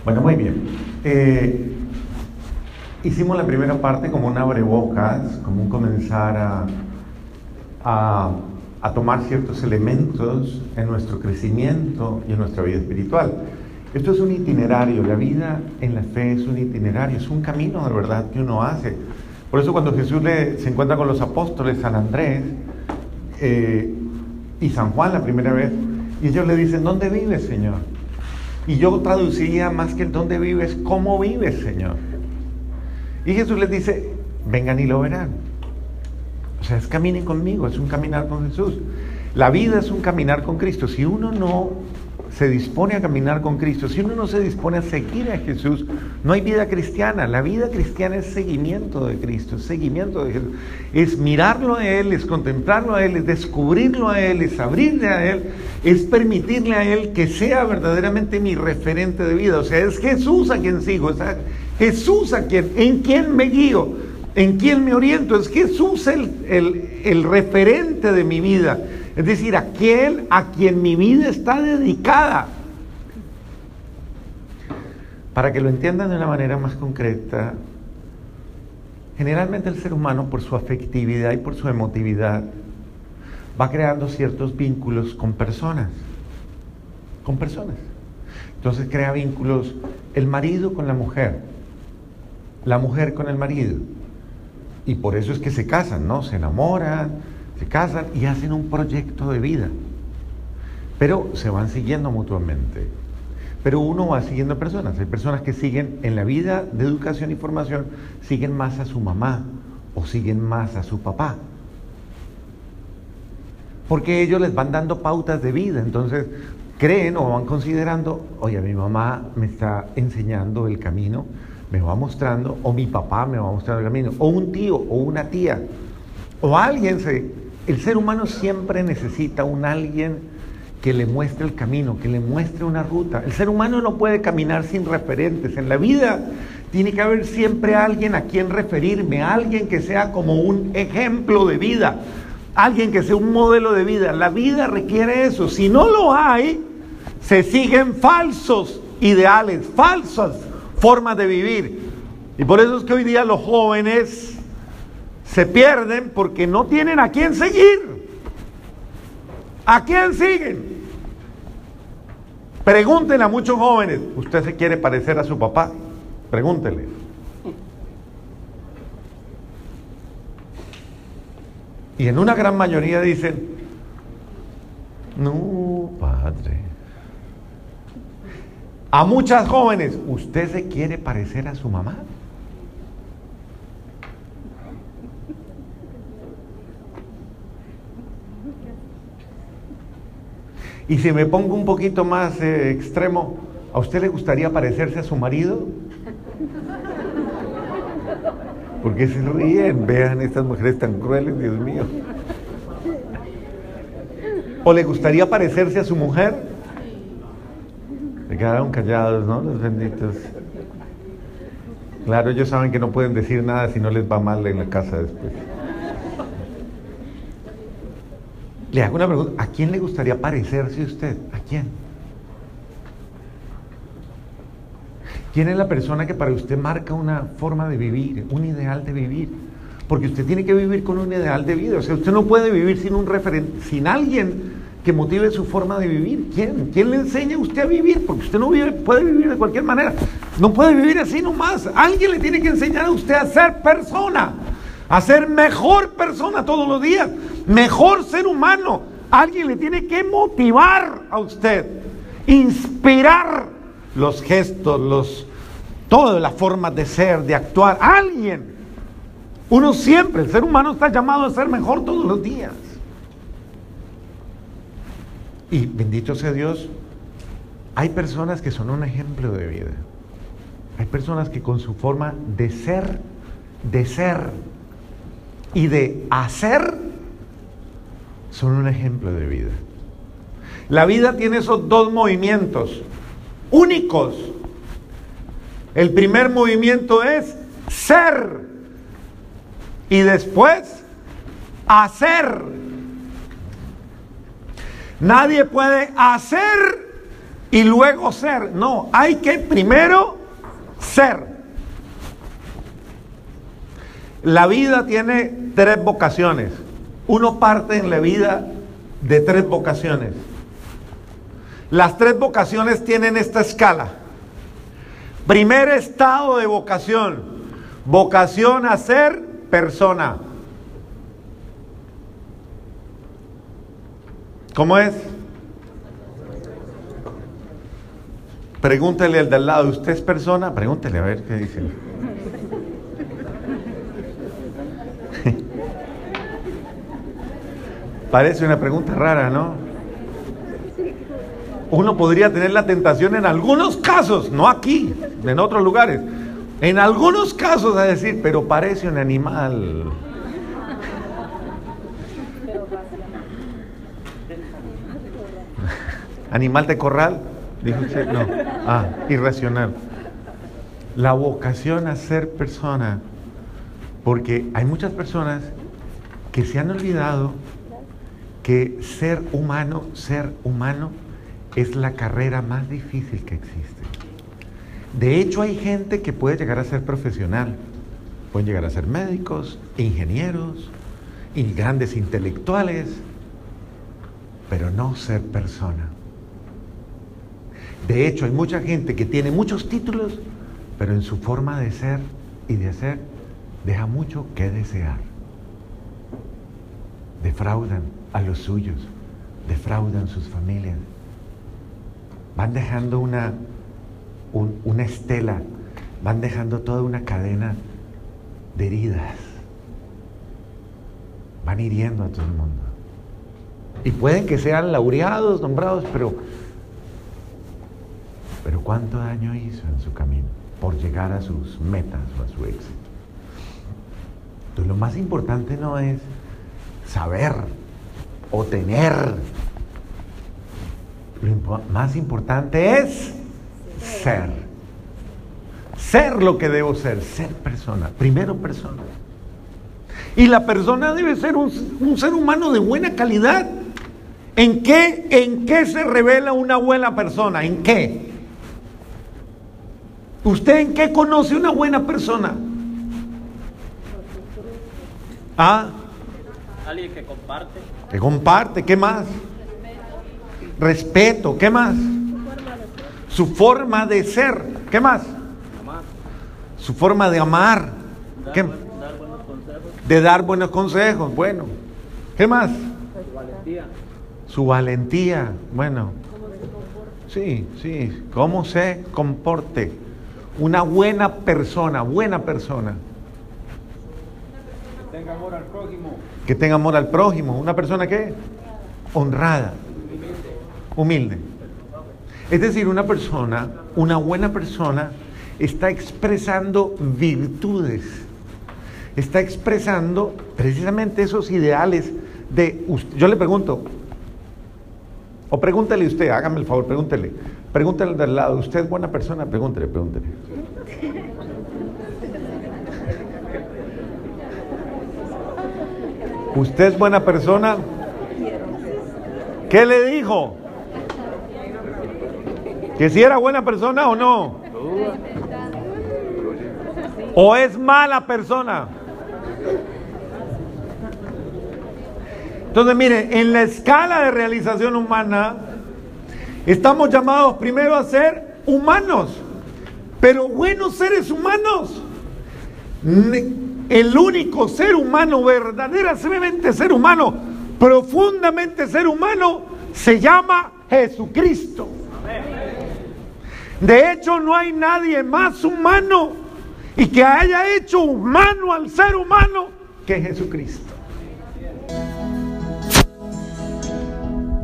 Bueno, muy bien. Hicimos la primera parte como un abrebocas, como un comenzar a tomar ciertos elementos en nuestro crecimiento y en nuestra vida espiritual. Esto es un itinerario, la vida en la fe es un itinerario, es un camino de verdad que uno hace. Por eso cuando Jesús se encuentra con los apóstoles, San Andrés y San Juan la primera vez, y ellos le dicen, ¿dónde vives, Señor? Y yo traduciría más que el dónde vives, ¿cómo vives, Señor? Y Jesús les dice, vengan y lo verán. O sea, es caminen conmigo, es un caminar con Jesús. La vida es un caminar con Cristo. Si uno no se dispone a caminar con Cristo, si uno no se dispone a seguir a Jesús, no hay vida cristiana. La vida cristiana es seguimiento de Cristo, es seguimiento de Jesús. Es mirarlo a Él, es contemplarlo a Él, es descubrirlo a Él, es abrirle a Él, es permitirle a Él que sea verdaderamente mi referente de vida. O sea, es Jesús a quien sigo, es Jesús en quien me guío, en quien me oriento. Es Jesús el referente de mi vida. Es decir, aquel a quien mi vida está dedicada. Para que lo entiendan de una manera más concreta, generalmente el ser humano, por su afectividad y por su emotividad, va creando ciertos vínculos con personas. Con personas. Entonces crea vínculos el marido con la mujer con el marido. Y por eso es que se casan, ¿no? Se enamoran, se casan y hacen un proyecto de vida, pero se van siguiendo mutuamente. Pero uno va siguiendo personas. Hay personas que siguen en la vida de educación y formación, siguen más a su mamá o siguen más a su papá, porque ellos les van dando pautas de vida. Entonces creen o van considerando, oye, mi mamá me está enseñando el camino, me va mostrando, o mi papá me va mostrando el camino, o un tío o una tía o alguien. El ser humano siempre necesita un alguien que le muestre el camino, que le muestre una ruta. El ser humano no puede caminar sin referentes. En la vida tiene que haber siempre alguien a quien referirme, alguien que sea como un ejemplo de vida, alguien que sea un modelo de vida. La vida requiere eso. Si no lo hay, se siguen falsos ideales, falsas formas de vivir. Y por eso es que hoy día los jóvenes se pierden, porque no tienen a quién seguir. ¿A quién siguen? Pregúntenle a muchos jóvenes, ¿usted se quiere parecer a su papá? Pregúntenle. Y en una gran mayoría dicen, no, padre. A muchas jóvenes, ¿usted se quiere parecer a su mamá? Y si me pongo un poquito más extremo, ¿a usted le gustaría parecerse a su marido? Porque se ríen, vean estas mujeres tan crueles, Dios mío. ¿O le gustaría parecerse a su mujer? Se quedaron callados, ¿no? Los benditos. Claro, ellos saben que no pueden decir nada si no les va mal en la casa después. Le hago una pregunta, ¿a quién le gustaría parecerse usted? ¿A quién? ¿Quién es la persona que para usted marca una forma de vivir, un ideal de vivir? Porque usted tiene que vivir con un ideal de vida. O sea, usted no puede vivir sin un referente, sin alguien que motive su forma de vivir. ¿Quién? ¿Quién le enseña a usted a vivir? Porque usted no puede vivir de cualquier manera. No puede vivir así nomás. Alguien le tiene que enseñar a usted a ser persona, a ser mejor persona todos los días, mejor ser humano. Alguien le tiene que motivar a usted, inspirar los gestos, todas las formas de ser, de actuar. Alguien. Uno siempre, el ser humano está llamado a ser mejor todos los días. Y bendito sea Dios, hay personas que son un ejemplo de vida. Hay personas que con su forma de ser y de hacer son un ejemplo de vida. La vida tiene esos dos movimientos únicos. El primer movimiento es ser y después hacer. Nadie puede hacer y luego ser. No, hay que primero ser. La vida tiene 3 vocaciones. Uno parte en la vida de 3 vocaciones. Las 3 vocaciones tienen esta escala. Primer estado de vocación: vocación a ser persona. ¿Cómo es? Pregúntele al de al lado, ¿usted es persona? Pregúntele a ver qué dice. Parece una pregunta rara, ¿no? Uno podría tener la tentación en algunos casos, no aquí, en otros lugares, en algunos casos a decir, pero parece un animal. ¿Animal de corral? Dijo usted, no. Irracional. La vocación a ser persona, porque hay muchas personas que se han olvidado que ser humano es la carrera más difícil que existe. De hecho, hay gente que puede llegar a ser profesional, pueden llegar a ser médicos, ingenieros y grandes intelectuales, pero no ser persona. De hecho, hay mucha gente que tiene muchos títulos, pero en su forma de ser y de hacer deja mucho que desear. Defraudan a los suyos, defraudan sus familias, van dejando una estela, van dejando toda una cadena de heridas, van hiriendo a todo el mundo. Y pueden que sean laureados, nombrados, pero ¿cuánto daño hizo en su camino por llegar a sus metas o a su éxito? Entonces, lo más importante no es saber o tener. Lo más importante es ser. Ser lo que debo ser persona. Primero persona. Y la persona debe ser un ser humano de buena calidad. ¿En qué se revela una buena persona? ¿En qué? ¿Usted en qué conoce una buena persona? Alguien que comparte. Que comparte, ¿qué más? Respeto, ¿qué más? Su forma de ser, ¿qué más? Amar. Su forma de amar, ¿qué? Dar buenos consejos. De dar buenos consejos, bueno. ¿Qué más? Su valentía. Su valentía, bueno. Sí, cómo se comporte. Una buena persona, buena persona. Que tenga amor al prójimo. Que tenga amor al prójimo. ¿Una persona qué? Honrada. Humilde. Es decir, una buena persona, está expresando virtudes. Está expresando precisamente esos ideales de... Yo le pregunto, o pregúntele usted, hágame el favor, pregúntele de al lado, ¿usted es buena persona? Pregúntele. ¿Usted es buena persona? ¿Qué le dijo? ¿Que si era buena persona o no? ¿O es mala persona? Entonces, mire, en la escala de realización humana, estamos llamados primero a ser humanos, pero buenos seres humanos. El único ser humano, verdaderamente ser humano, profundamente ser humano, se llama Jesucristo. De hecho, no hay nadie más humano y que haya hecho humano al ser humano que Jesucristo.